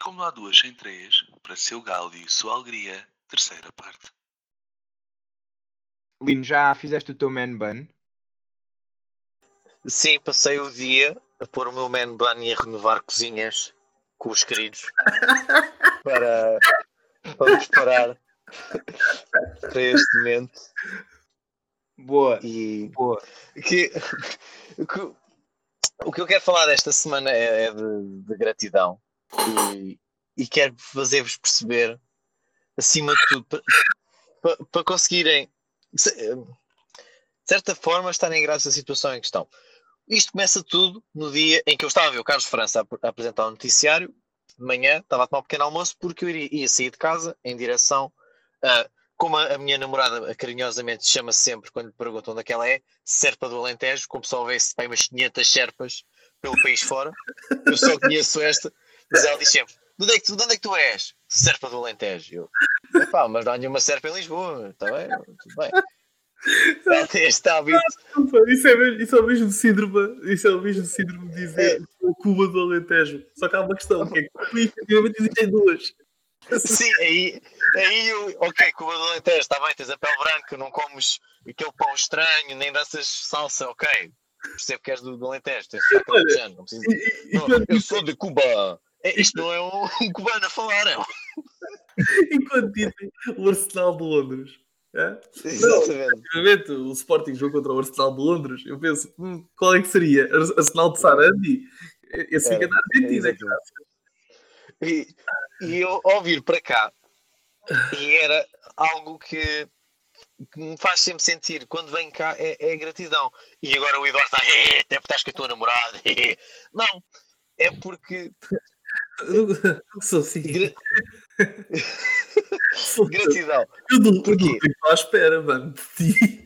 como não há duas sem três, para seu galo e sua alegria, terceira parte. Lino, já fizeste o teu man bun? Sim, passei o dia a pôr o meu man bun e a renovar cozinhas com os queridos para preparar para este momento. Boa, E boa. o que eu quero falar desta semana é de gratidão e quero fazer-vos perceber, acima de tudo, para conseguirem, de certa forma, estarem graças à situação em que estão. Isto começa tudo no dia em que eu estava a ver o Carlos França a apresentar o noticiário. De manhã estava a tomar um pequeno almoço porque eu ia sair de casa em direção a, como a minha namorada carinhosamente chama sempre quando lhe perguntam onde é que ela é, Serpa do Alentejo, como se houvesse umas 500 Serpas pelo país fora. Eu só conheço esta, mas ela diz sempre: de onde é que tu és? Serpa do Alentejo. Eu, mas não há nenhuma Serpa em Lisboa, está bem, tudo bem. Ela tem este hábito. Isso é o mesmo síndrome. Isso é o mesmo síndrome de dizer Cuba do Alentejo. Só que há uma questão, que é que efetivamente existem duas. Sim, aí ok, Cuba do Alentejo, está bem, tens a pele branca, não comes aquele pão estranho, nem danças salsa, ok. Percebo que és do Alentejo, tens de ficar alentejano, não preciso. Eu sou de Cuba. Isto não é um cubano a falar, não. Enquanto dizem o Arsenal de Londres. Exatamente. O Sporting jogou contra o Arsenal de Londres. Eu penso, qual é que seria? Arsenal de Sarandi? Esse fica na Argentina, E eu ao vir para cá, e era algo que me faz sempre sentir, quando venho cá, é gratidão. E agora o Eduardo está, até porque estás com a tua namorada. Não, é porque... Sou assim. Gratidão. Eu não estou à espera, mano, de ti.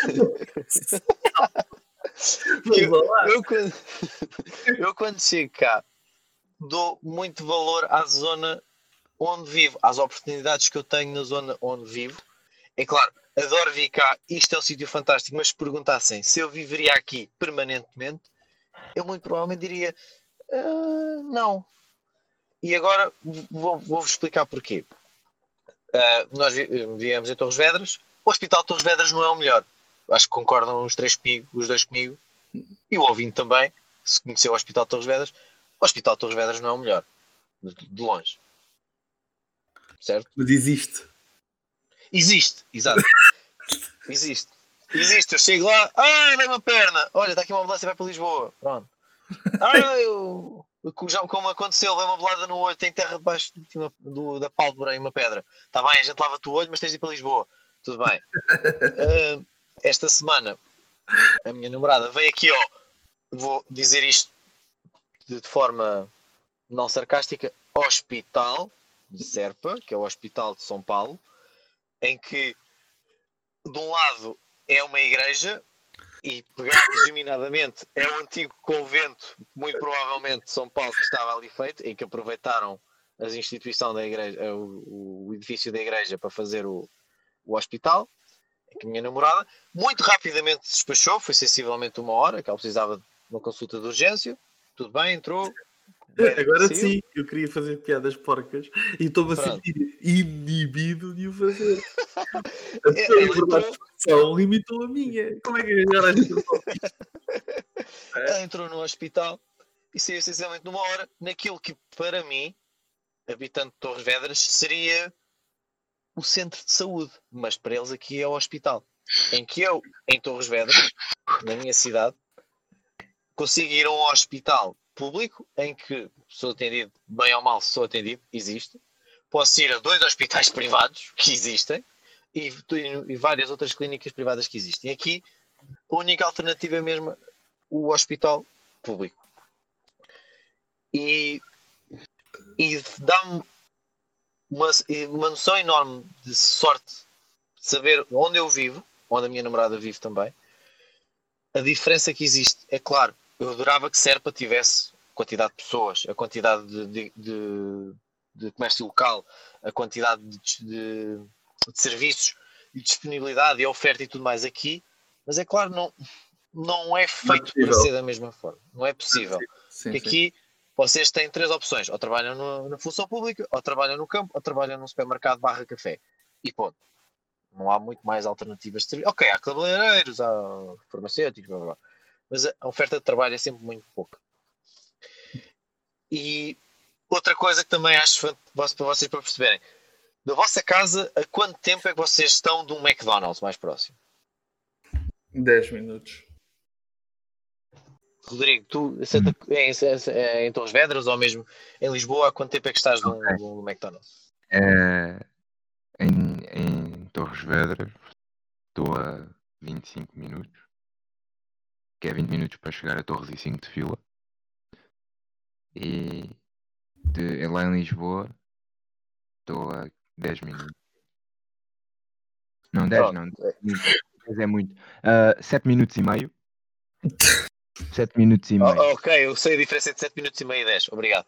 Eu quando chego cá, dou muito valor à zona onde vivo, às oportunidades que eu tenho na zona onde vivo. É claro, adoro vir cá, isto é um sítio fantástico, mas se perguntassem se eu viveria aqui permanentemente, eu muito provavelmente diria não. E agora vou-vos explicar porquê. Nós vivíamos em Torres Vedras. O Hospital de Torres Vedras não é o melhor. Acho que concordam os dois comigo, e o ouvinte também, se conheceu o Hospital de Torres Vedras. O Hospital de Torres Vedras não é o melhor, de longe. Certo? Mas existe. Existe, exato. Existe. Eu chego lá, dá uma perna. Olha, está aqui uma ambulância, vai para Lisboa. Pronto. Como aconteceu, veio uma bolada no olho, tem terra debaixo da pálpebra e uma pedra. Está bem, a gente lava-te o olho, mas tens de ir para Lisboa. Tudo bem. Esta semana, a minha namorada veio aqui, vou dizer isto de forma não sarcástica, Hospital de Serpa, que é o Hospital de São Paulo, em que de um lado é uma igreja e, pegando geminadamente, é o antigo convento, muito provavelmente de São Paulo, que estava ali feito, em que aproveitaram as instituições da igreja, o edifício da igreja para fazer o hospital. É que a minha namorada muito rapidamente se despachou, foi sensivelmente 1 hora, que ela precisava de uma consulta de urgência. Tudo bem, entrou. Agora sim, eu queria fazer piadas porcas e estou-me a sentir inibido de o fazer. A tua liberdade de expressão limitou a minha. Como é que agora a gente Ela entrou no hospital e saiu essencialmente 1 hora, naquilo que para mim, habitante de Torres Vedras, seria o centro de saúde, mas para eles aqui é o hospital. Em que eu, em Torres Vedras, na minha cidade, consigo ir a um hospital público em que sou atendido, bem ou mal sou atendido, existe. Posso ir a 2 hospitais privados que existem e várias outras clínicas privadas que existem. Aqui a única alternativa é mesmo o hospital público. E dá-me uma noção enorme de sorte de saber onde eu vivo, onde a minha namorada vive também. A diferença que existe, é claro, eu adorava que Serpa tivesse quantidade de pessoas, a quantidade de comércio local, a quantidade de serviços e disponibilidade e oferta e tudo mais aqui, mas é claro, não é feito para ser da mesma forma. Não é possível. Sim, porque aqui vocês têm 3 opções. Ou trabalham na função pública, ou trabalham no campo, ou trabalham num supermercado / café. E ponto. Não há muito mais alternativas de serviço. Ok, há cabeleireiros, há farmacêuticos, blá, blá, blá. Mas a oferta de trabalho é sempre muito pouca. E outra coisa que também acho para vocês para perceberem. Da vossa casa, a quanto tempo é que vocês estão de um McDonald's mais próximo? 10 minutos. Rodrigo, tu em Torres Vedras ou mesmo em Lisboa, há quanto tempo é que estás de um McDonald's? Em Torres Vedras estou a 25 minutos, que é 20 minutos para chegar a Torres e 5 de fila. E lá em Lisboa estou a 10 minutos. Não, 10 não. 10 é muito. 7 minutos e meio. 7 minutos e meio. Ok, eu sei a diferença entre 7 minutos e meio e 10. Obrigado.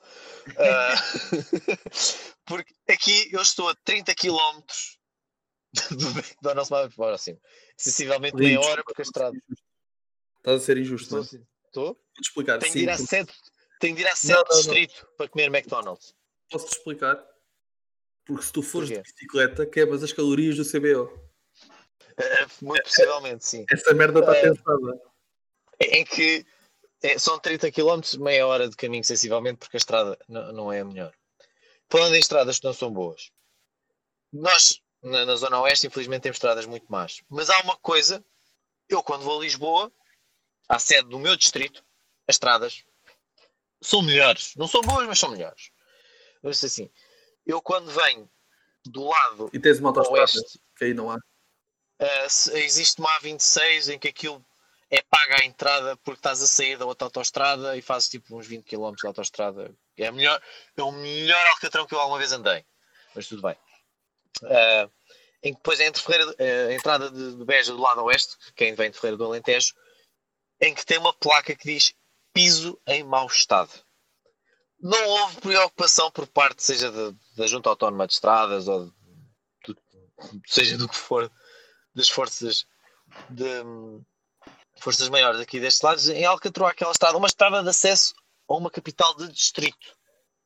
Porque aqui eu estou a 30 km do McDonald's mais próximo. Sensivelmente meia hora, porque a estrada... Estás a ser injusto, não? Estou? Vou-te explicar. Tenho de ir a 7 distrito para comer McDonald's. Posso-te explicar? Porque se tu fores de bicicleta, quebras as calorias do CBO. Muito possivelmente, sim. Essa merda está pensada. Em que são 30 km, meia hora de caminho, sensivelmente, porque a estrada não é a melhor. Falando em estradas que não são boas, nós, na Zona Oeste, infelizmente, temos estradas muito más. Mas há uma coisa, eu quando vou a Lisboa, à sede do meu distrito, as estradas são melhores. Não são boas, mas são melhores. Vamos dizer assim, eu quando venho do lado e tens uma autoestrada, oeste, que aí não há. Existe uma A26 em que aquilo é paga a entrada porque estás a sair da outra autoestrada e fazes tipo uns 20 km de autoestrada. É o melhor alcatrão que eu alguma vez andei. Mas tudo bem. Em que depois entre a entrada de Beja do lado oeste, quem vem de Ferreira do Alentejo, em que tem uma placa que diz piso em mau estado. Não houve preocupação por parte, seja da Junta Autónoma de Estradas ou seja do que for, das forças maiores aqui destes lados, em Alcatroa, aquela estrada, uma estrada de acesso a uma capital de distrito.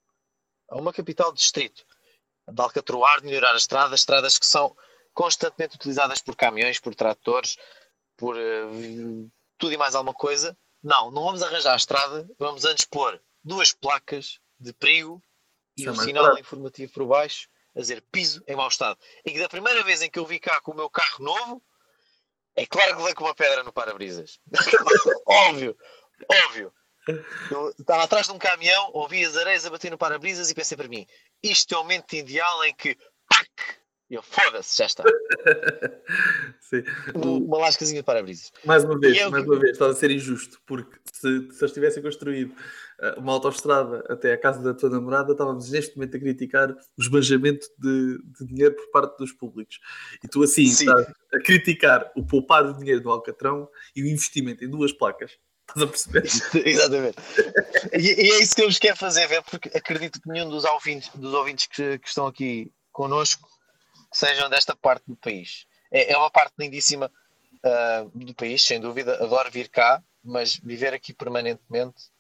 De alcatroar, de melhorar as estradas que são constantemente utilizadas por caminhões, por tratores, por tudo e mais alguma coisa. Não vamos arranjar a estrada, vamos antes pôr 2 placas de perigo e um sinal informativo por baixo a dizer piso em mau estado. E que da primeira vez em que eu vi cá com o meu carro novo, é claro que levei com uma pedra no para-brisas. Óbvio. Eu estava atrás de um caminhão, ouvi as areias a bater no para-brisas e pensei para mim, isto é o momento ideal em que pac! Eu foda-se, já está. Sim. Uma lascazinha de para-brisas. Mais uma vez, estás a ser injusto, porque se eles tivessem construído uma autoestrada até à casa da tua namorada, estávamos neste momento a criticar o esbanjamento de dinheiro por parte dos públicos. E tu assim estás a criticar o poupar o dinheiro do Alcatrão e o investimento em 2 placas. Estás a perceber? Exatamente. E é isso que eu vos quero fazer ver, porque acredito que nenhum dos ouvintes que estão aqui connosco sejam desta parte do país. É uma parte lindíssima do país, sem dúvida. Adoro vir cá, mas viver aqui permanentemente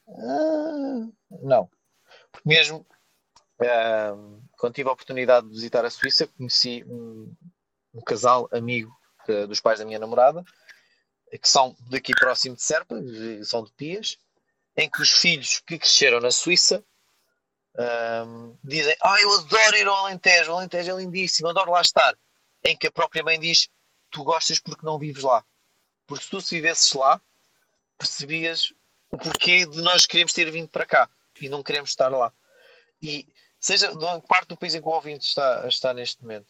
não. Porque mesmo quando tive a oportunidade de visitar a Suíça, conheci um casal amigo dos pais da minha namorada, que são daqui próximo de Serpa, são de Pias, em que os filhos que cresceram na Suíça dizem, eu adoro ir ao Alentejo, o Alentejo é lindíssimo, adoro lá estar. Em que a própria mãe diz, tu gostas porque não vives lá. Porque se tu se vivesses lá, percebias o porquê de nós queremos ter vindo para cá e não queremos estar lá. E seja de parte do país em que o ouvinte está neste momento,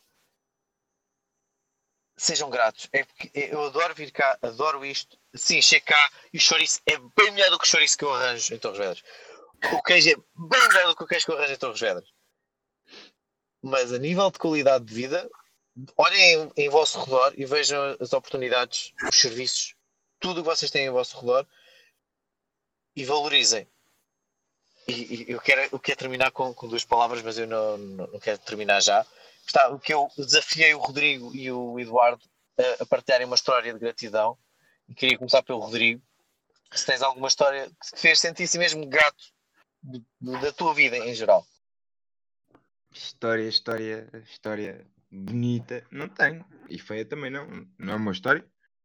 sejam gratos. É porque eu adoro vir cá, adoro isto. Sim, chego cá e o chouriço é bem melhor do que o chouriço que eu arranjo em Torres Vedras. O queijo é bem melhor do que o queijo que eu arranjo em Torres Vedras. Mas a nível de qualidade de vida, olhem em vosso redor e vejam as oportunidades, os serviços, tudo o que vocês têm em vosso redor e valorizem. E eu quero terminar com 2 palavras, mas eu não quero terminar já. O que eu desafiei o Rodrigo e o Eduardo a partilharem uma história de gratidão. E queria começar pelo Rodrigo. Se tens alguma história que te fez sentir-se mesmo grato da tua vida em geral. História bonita, não tenho. E feia também não. Não é uma história.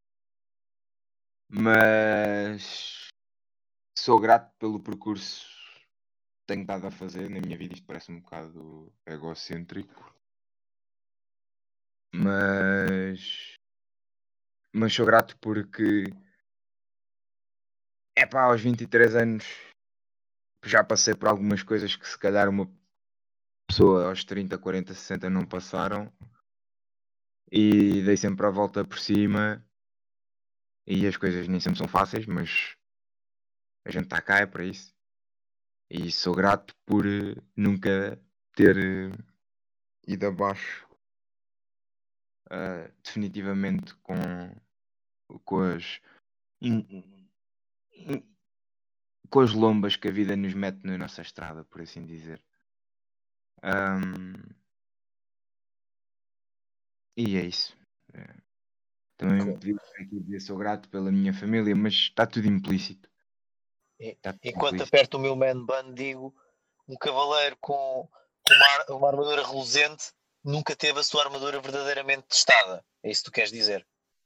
Mas sou grato pelo percurso que tenho estado a fazer na minha vida. Isto parece um bocado egocêntrico. Mas sou grato porque aos 23 anos já passei por algumas coisas que se calhar uma pessoa aos 30, 40, 60 não passaram. E dei sempre a volta por cima. E as coisas nem sempre são fáceis, mas a gente está cá, é para isso. E sou grato por nunca ter ido abaixo definitivamente com as com as lombas que a vida nos mete na nossa estrada, por assim dizer. E é isso. Também podia aqui dizer sou grato pela minha família, mas está tudo implícito. Enquanto aperto o meu man bun, digo: um cavaleiro com uma armadura reluzente nunca teve a sua armadura verdadeiramente testada. É isso que tu queres dizer?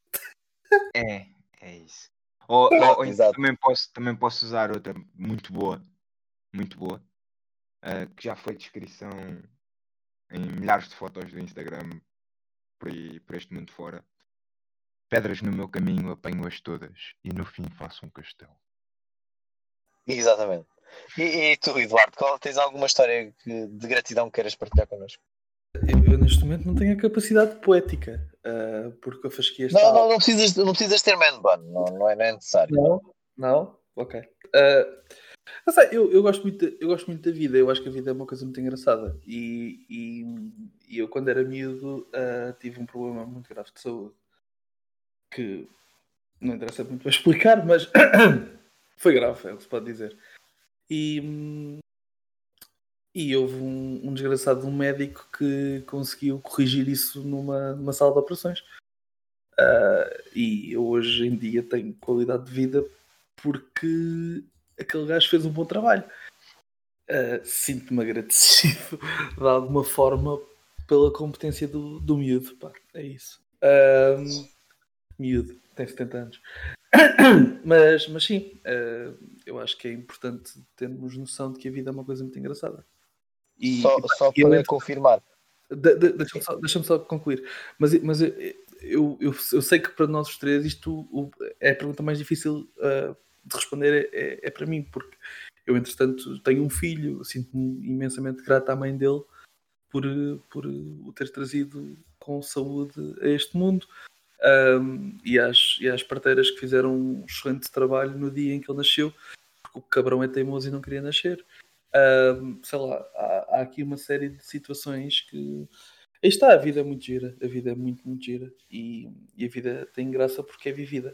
É isso. Ou Exato. também posso usar outra muito boa, que já foi descrição em milhares de fotos do Instagram por este mundo fora. Pedras no meu caminho, apanho-as todas e no fim faço um castelo. Exatamente. E tu, Eduardo, tens alguma história de gratidão que queiras partilhar connosco? Eu neste momento não tenho a capacidade poética, porque eu fasquei esta Não precisas ter man bun, não é necessário. Não? Ok. Não sei, eu gosto muito da vida. Eu acho que a vida é uma coisa muito engraçada. E eu, quando era miúdo, tive um problema muito grave de saúde. Que não interessa muito para explicar, mas foi grave, é o que se pode dizer. E houve um desgraçado de um médico que conseguiu corrigir isso numa sala de operações. E eu hoje em dia tenho qualidade de vida porque aquele gajo fez um bom trabalho. Sinto-me agradecido de alguma forma pela competência do miúdo. Pá, é isso. Miúdo, tem 70 anos. Mas sim, eu acho que é importante termos noção de que a vida é uma coisa muito engraçada. Só para confirmar. Deixa-me só concluir. Mas eu sei que para nós os três isto é a pergunta mais difícil de responder é para mim, porque eu entretanto tenho um filho, sinto-me imensamente grato à mãe dele por o ter trazido com saúde a este mundo, e às parteiras que fizeram um excelente trabalho no dia em que ele nasceu, porque o cabrão é teimoso e não queria nascer. Sei lá, há aqui uma série de situações que... Aí está, a vida é muito gira, a vida é muito, muito gira, e a vida tem graça porque é vivida.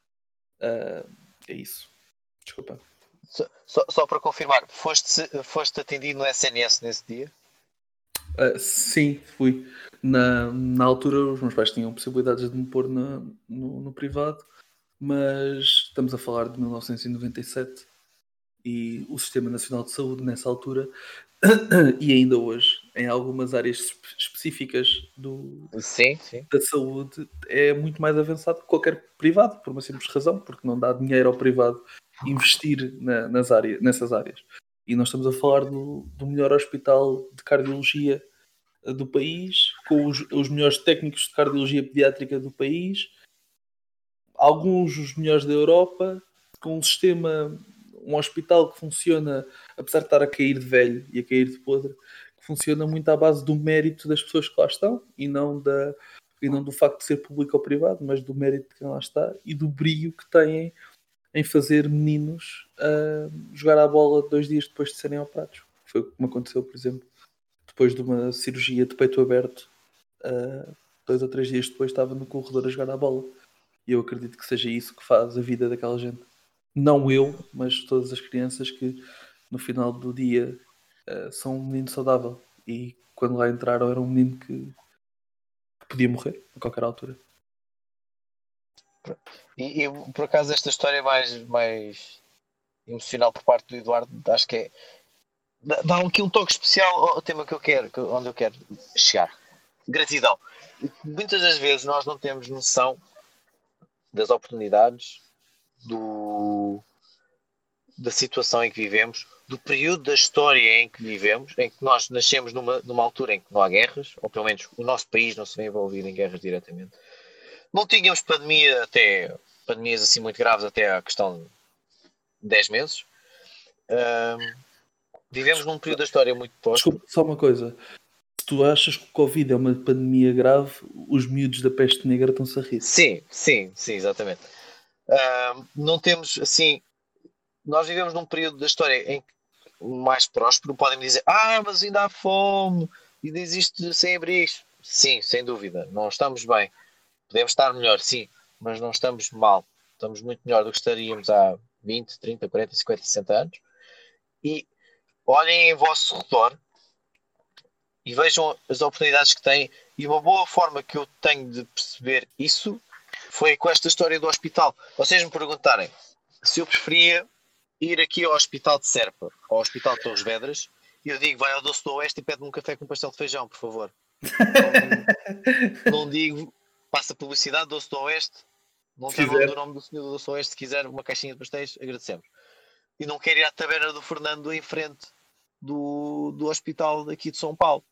É isso. Desculpa. Só para confirmar, foste atendido no SNS nesse dia? Sim, fui. Na altura os meus pais tinham possibilidades de me pôr no privado, mas estamos a falar de 1997 e o Sistema Nacional de Saúde nessa altura e ainda hoje em algumas áreas específicas da saúde é muito mais avançado que qualquer privado, por uma simples razão, porque não dá dinheiro ao privado investir nessas áreas. E nós estamos a falar do melhor hospital de cardiologia do país, com os melhores técnicos de cardiologia pediátrica do país, alguns dos melhores da Europa, com um hospital que funciona, apesar de estar a cair de velho e a cair de podre, que funciona muito à base do mérito das pessoas que lá estão e não do facto de ser público ou privado, mas do mérito de quem lá está e do brilho que têm em fazer meninos jogar à bola 2 dias depois de serem operados. Foi o que me aconteceu, por exemplo, depois de uma cirurgia de peito aberto. 2 ou 3 dias depois estava no corredor a jogar à bola. E eu acredito que seja isso que faz a vida daquela gente. Não eu, mas todas as crianças que no final do dia são um menino saudável. E quando lá entraram era um menino que podia morrer a qualquer altura. E por acaso esta história mais emocional por parte do Eduardo, acho que dá aqui um toque especial ao tema que eu quero, onde eu quero chegar. Gratidão. Muitas das vezes nós não temos noção das oportunidades, da situação em que vivemos, do período da história em que vivemos, em que nós nascemos numa altura em que não há guerras, ou pelo menos o nosso país não se vê envolvido em guerras diretamente. Não tínhamos pandemias assim muito graves até a questão de 10 meses. Vivemos num período da história muito próximo. Desculpa, só uma coisa. Se tu achas que o Covid é uma pandemia grave, os miúdos da peste negra estão-se a rir. Sim, exatamente. Não temos, assim... Nós vivemos num período da história em que mais próspero podem dizer mas ainda há fome, ainda existe sem-abrigos. Sim, sem dúvida. Não estamos bem. Podemos estar melhor, sim, mas não estamos mal. Estamos muito melhor do que estaríamos há 20, 30, 40, 50, 60 anos. E olhem em vosso redor e vejam as oportunidades que têm. E uma boa forma que eu tenho de perceber isso foi com esta história do hospital. Vocês me perguntarem se eu preferia ir aqui ao Hospital de Serpa, ao Hospital de Torres Vedras, e eu digo, vai ao Doce do Oeste e pede-me um café com pastel de feijão, por favor. Não digo, passa publicidade, Doce do Oeste, não está o nome do senhor do Doce do Oeste, se quiser uma caixinha de pastéis, agradecemos. E não quero ir à taberna do Fernando em frente do hospital daqui de São Paulo.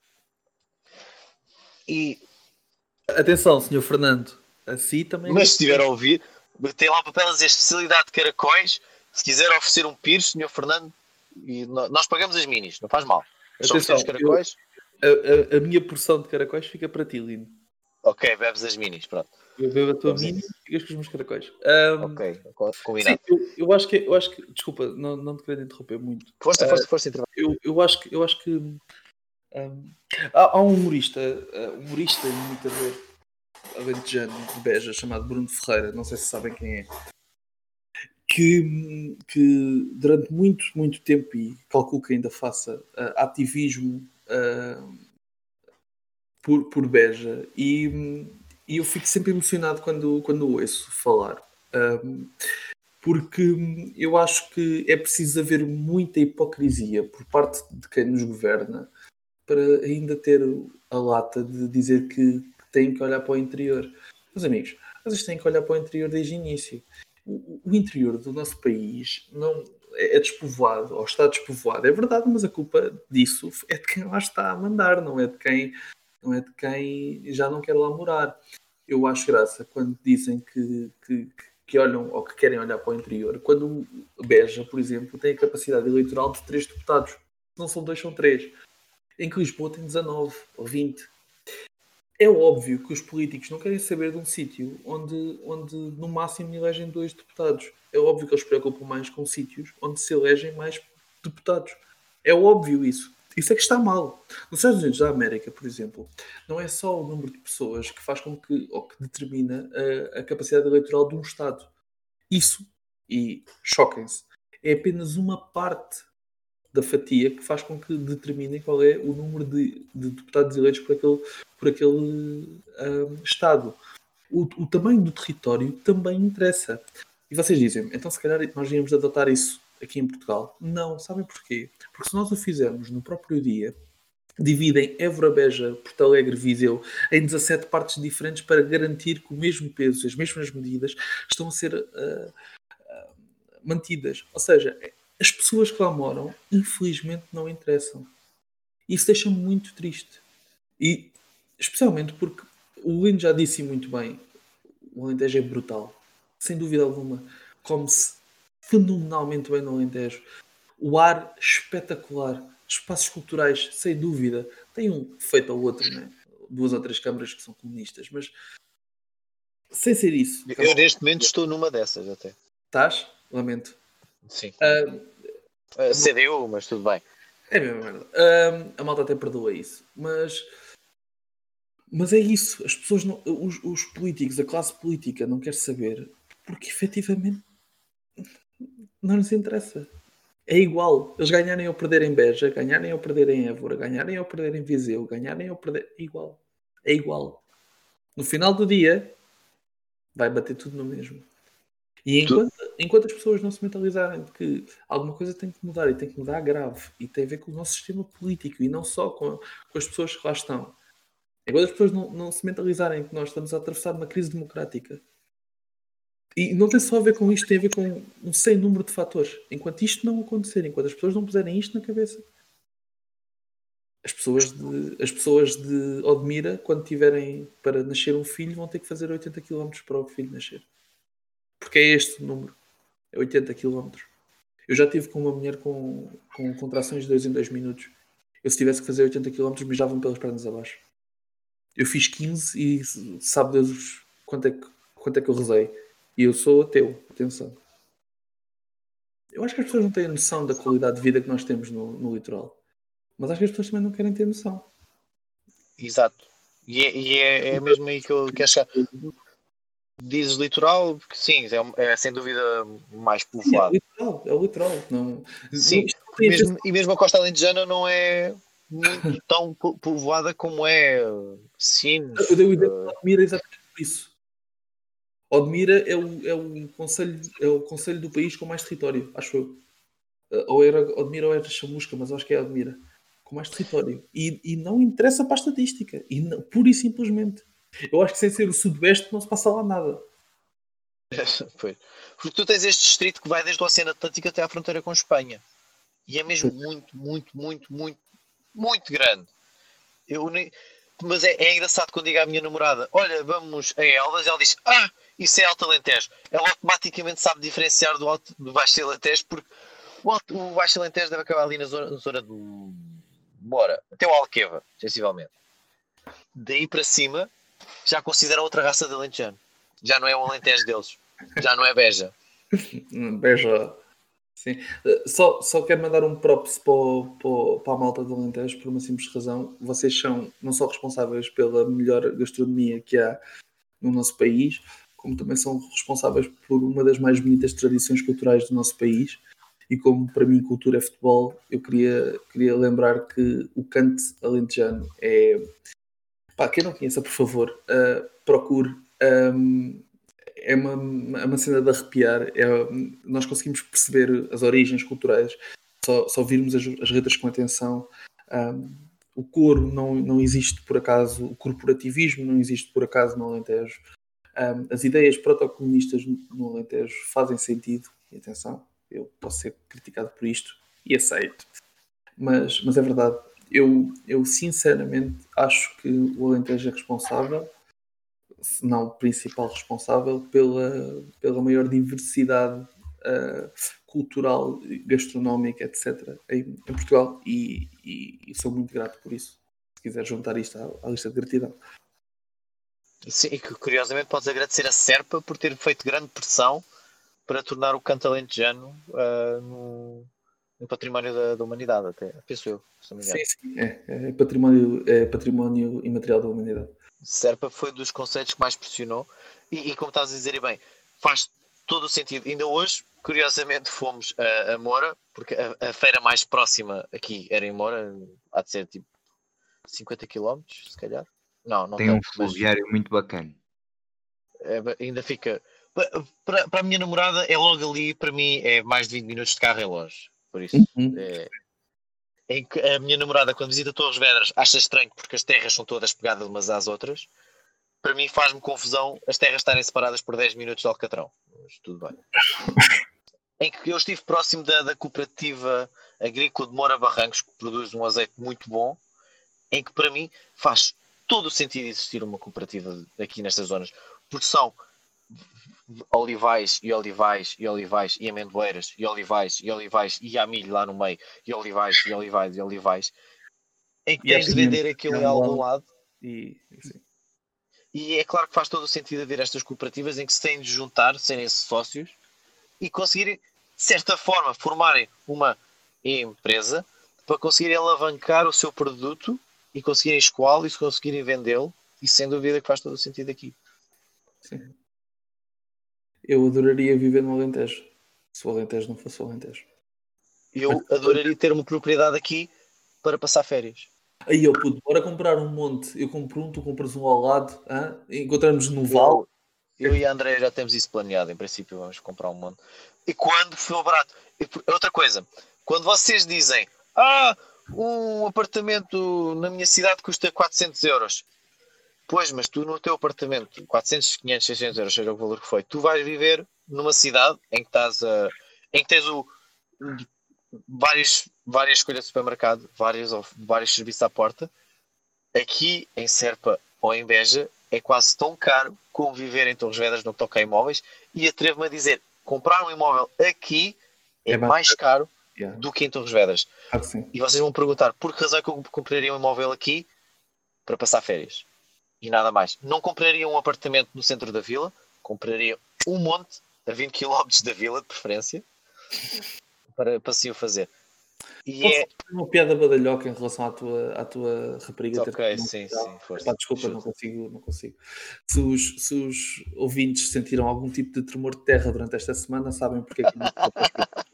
E... Atenção, senhor Fernando, assim também... Mas se estiver a ouvir, tem lá o papel a dizer especialidade de caracóis. Se quiser oferecer um pires, senhor Fernando, e nós pagamos as minis, não faz mal. Atenção, os caracóis. A minha porção de caracóis fica para ti, Lino. Ok, bebes as minis, pronto. Eu bebo a tua mini e ficas com os meus caracóis. Ok, combinado. Sim, eu acho que... Desculpa, não te quero interromper muito. Força. Eu acho que há um humorista e imitador alentejano de Beja chamado Bruno Ferreira, não sei se sabem quem é, que durante muito tempo, e calculo que ainda faça, ativismo por Beja, e eu fico sempre emocionado quando ouço falar, porque eu acho que é preciso haver muita hipocrisia por parte de quem nos governa para ainda ter a lata de dizer que têm que olhar para o interior. Meus amigos, vocês têm que olhar para o interior desde o início. O interior do nosso país não é despovoado, ou está despovoado, é verdade, mas a culpa disso é de quem lá está a mandar, não é de quem já não quer lá morar. Eu acho graça quando dizem que olham ou que querem olhar para o interior, quando Beja, por exemplo, tem a capacidade eleitoral de 3 deputados. Não são 2, são 3. Em que Lisboa tem 19 ou 20. É óbvio que os políticos não querem saber de um sítio onde no máximo elegem 2 deputados. É óbvio que eles se preocupam mais com sítios onde se elegem mais deputados. É óbvio isso. Isso é que está mal. Nos Estados Unidos da América, por exemplo, não é só o número de pessoas que faz com que, ou que determina a capacidade eleitoral de um Estado. Isso, e choquem-se, é apenas uma parte da fatia que faz com que determinem qual é o número de deputados eleitos por aquele Estado. O tamanho do território também interessa. E vocês dizem, então se calhar nós íamos adotar isso aqui em Portugal. Não, sabem porquê? Porque se nós o fizermos no próprio dia, dividem Évora, Beja, Porto Alegre, Viseu em 17 partes diferentes para garantir que o mesmo peso, as mesmas medidas estão a ser mantidas. Ou seja, as pessoas que lá moram, infelizmente, não interessam. Isso deixa-me muito triste. E, especialmente porque o Lino já disse muito bem, o Alentejo é brutal. Sem dúvida alguma. Come-se fenomenalmente bem no Alentejo. O ar espetacular. Espaços culturais, sem dúvida. Tem um defeito ou outro, né? 2 ou 3 câmaras que são comunistas, mas sem ser isso. Eu neste momento estou numa dessas até. Estás? Lamento. Sim. CDU, mas tudo bem. É a mesma merda. A malta até perdoa isso. Mas é isso. As pessoas, os políticos, a classe política não quer saber porque efetivamente não lhes interessa. É igual. Eles ganharem ou perderem em Beja, ganharem ou perderem em Évora, ganharem ou perderem em Viseu, ganharem ou perderem... É igual. É igual. No final do dia vai bater tudo no mesmo. E enquanto as pessoas não se mentalizarem de que alguma coisa tem que mudar e tem que mudar grave e tem a ver com o nosso sistema político e não só com as pessoas que lá estão, enquanto as pessoas não se mentalizarem que nós estamos a atravessar uma crise democrática e não tem só a ver com isto, tem a ver com um sem número de fatores. Enquanto isto não acontecer, enquanto as pessoas não puserem isto na cabeça, as pessoas de Odmira, quando tiverem para nascer um filho, vão ter que fazer 80 km para o filho nascer. Porque é este o número. É 80 km. Eu já estive com uma mulher com contrações de 2 em 2 minutos. Eu, se tivesse que fazer 80 km, mijavam pelas pernas abaixo. Eu fiz 15 e sabe Deus quanto é que eu rezei. E eu sou ateu, atenção. Eu acho que as pessoas não têm noção da qualidade de vida que nós temos no litoral. Mas acho que as pessoas também não querem ter noção. Exato. E é mesmo aí que eu quero chegar. Dizes litoral, porque sim, é sem dúvida mais povoado. É o litoral. Não, sim, e mesmo a Costa Alentejana não é muito tão povoada como é Sines. Eu dei o exemplo de Odmira exatamente por isso. Odmira é o concelho do país com mais território, acho eu. Ou era Odmira ou era Chamusca, mas acho que é Odmira. Com mais território. E não interessa para a estatística. Pura e simplesmente. Eu acho que sem ser o Sudoeste não se passa lá nada. Pois. Porque tu tens este distrito que vai desde o Oceano Atlântico até à fronteira com Espanha. E é mesmo muito grande. Mas é engraçado quando digo à minha namorada: olha, vamos a Elvas, ela diz: isso é Alto Alentejo. Ela automaticamente sabe diferenciar do Baixo Alentejo, porque o Baixo Alentejo deve acabar ali na zona do Mora, até o Alqueva, sensivelmente. Daí para cima já consideram outra raça de alentejano. Já não é o Alentejo deles, já não é Beja. Beja. Sim. Só quero mandar um props para a malta do Alentejo por uma simples razão. Vocês são não só responsáveis pela melhor gastronomia que há no nosso país, como também são responsáveis por uma das mais bonitas tradições culturais do nosso país. E como para mim cultura é futebol, eu queria lembrar que o cante alentejano é... Pá, quem não conheça, por favor, procure. É uma cena de arrepiar. Nós conseguimos perceber as origens culturais só virmos as letras com atenção. O coro não existe por acaso, o corporativismo não existe por acaso no Alentejo. As ideias protocomunistas no Alentejo fazem sentido, e atenção, eu posso ser criticado por isto e aceito, mas é verdade. Eu sinceramente acho que o Alentejo é responsável, se não o principal responsável, pela maior diversidade cultural, gastronómica, etc. em Portugal, e sou muito grato por isso. Se quiser juntar isto à lista de gratidão. Sim, e que curiosamente podes agradecer a Serpa por ter feito grande pressão para tornar o canto alentejano no património da humanidade, até, penso eu, se não me engano. Sim, é património imaterial da humanidade. Serpa foi dos conceitos que mais pressionou e como estás a dizer, e bem, faz todo o sentido. Ainda hoje, curiosamente, fomos a Moura, porque a feira mais próxima aqui era em Moura, há de ser tipo 50 km, se calhar. Não tem tanto, um fluviário muito bacana. Ainda fica... Para a minha namorada é logo ali, para mim é mais de 20 minutos de carro em longe. Por isso, em que a minha namorada, quando visita Torres Vedras, acha estranho porque as terras são todas pegadas umas às outras. Para mim faz-me confusão as terras estarem separadas por 10 minutos de Alcatrão. Mas tudo bem. Em que eu estive próximo da cooperativa agrícola de Moura Barrancos, que produz um azeite muito bom, em que para mim faz todo o sentido existir uma cooperativa aqui nestas zonas, porque são olivais e olivais e olivais e amendoeiras e olivais e olivais e há milho lá no meio e olivais e olivais e olivais, em que tens de vender aquilo em algum lado. E é claro que faz todo o sentido haver estas cooperativas em que se têm de juntar, serem sócios e conseguirem, de certa forma, formarem uma empresa para conseguirem alavancar o seu produto e conseguirem escoá-lo e conseguirem vendê-lo. E sem dúvida que faz todo o sentido aqui. Sim. Eu adoraria viver no Alentejo, se o Alentejo não fosse o Alentejo. Eu adoraria ter uma propriedade aqui para passar férias. Aí bora comprar um monte. Eu compro um, tu compras um ao lado, encontramos no Val. Eu e a André já temos isso planeado. Em princípio, vamos comprar um monte. E quando for barato. Outra coisa, quando vocês dizem um apartamento na minha cidade custa 400 euros. Pois, mas tu no teu apartamento, 400, 500, 600 euros, seja o valor que foi, tu vais viver numa cidade em que em que tens várias escolhas de supermercado, vários serviços à porta. Aqui em Serpa ou em Beja é quase tão caro como viver em Torres Vedras no que toca a imóveis, e atrevo-me a dizer, comprar um imóvel aqui é mais caro do que em Torres Vedras. Sim. E vocês vão perguntar por que razão é que eu compraria um imóvel aqui? Para passar férias. E nada mais. Não compraria um apartamento no centro da vila, compraria um monte a 20 km da vila, de preferência, para assim o fazer. E Posso fazer uma piada badalhoca em relação à tua rapariga? Ok, sim, força. Desculpa, não consigo. Se os ouvintes sentiram algum tipo de tremor de terra durante esta semana, sabem porque é que não estou para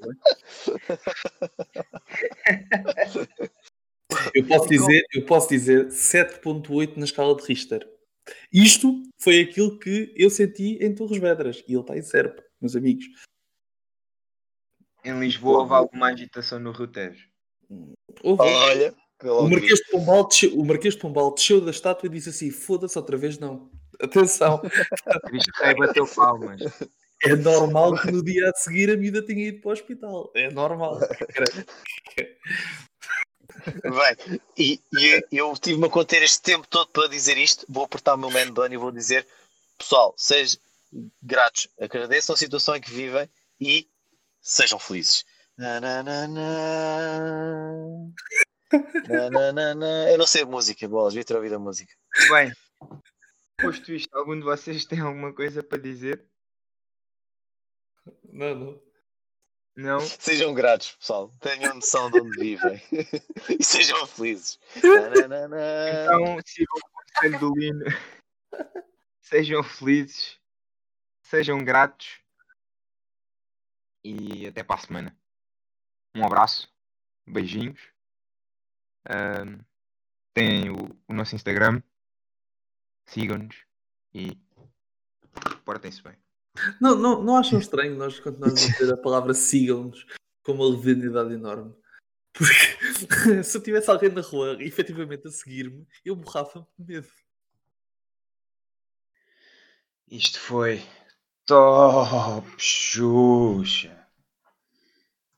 Eu posso dizer 7.8 na escala de Richter. Isto foi aquilo que eu senti em Torres Vedras. E ele está em Serpa, meus amigos. Em Lisboa houve alguma agitação no Rio Tejo. Olha, o Marquês de Pombal desceu da estátua e disse assim: foda-se, outra vez não. Atenção. Cristo Rei bateu palmas. É normal que no dia a seguir a miúda tenha ido para o hospital. É normal. Bem, e eu tive-me a conter este tempo todo para dizer isto. Vou apertar o meu man bun e vou dizer: pessoal, sejam gratos, agradeçam a situação em que vivem e sejam felizes. Eu não sei a música, bolas, devia ter ouvido a música. Bem, posto isto, algum de vocês tem alguma coisa para dizer? Não? Sejam gratos, pessoal. Tenham noção de onde vivem. E sejam felizes. Então, sigam o conselho do Lino. Sejam felizes. Sejam gratos. E até para a semana. Um abraço. Beijinhos. Tem o nosso Instagram. Sigam-nos. E portem-se bem. Não acham estranho nós continuarmos a dizer a palavra sigam-nos com uma leviandade enorme? Porque se eu tivesse alguém na rua efetivamente a seguir-me, eu borrava-me de medo. Isto foi Top Xuxa.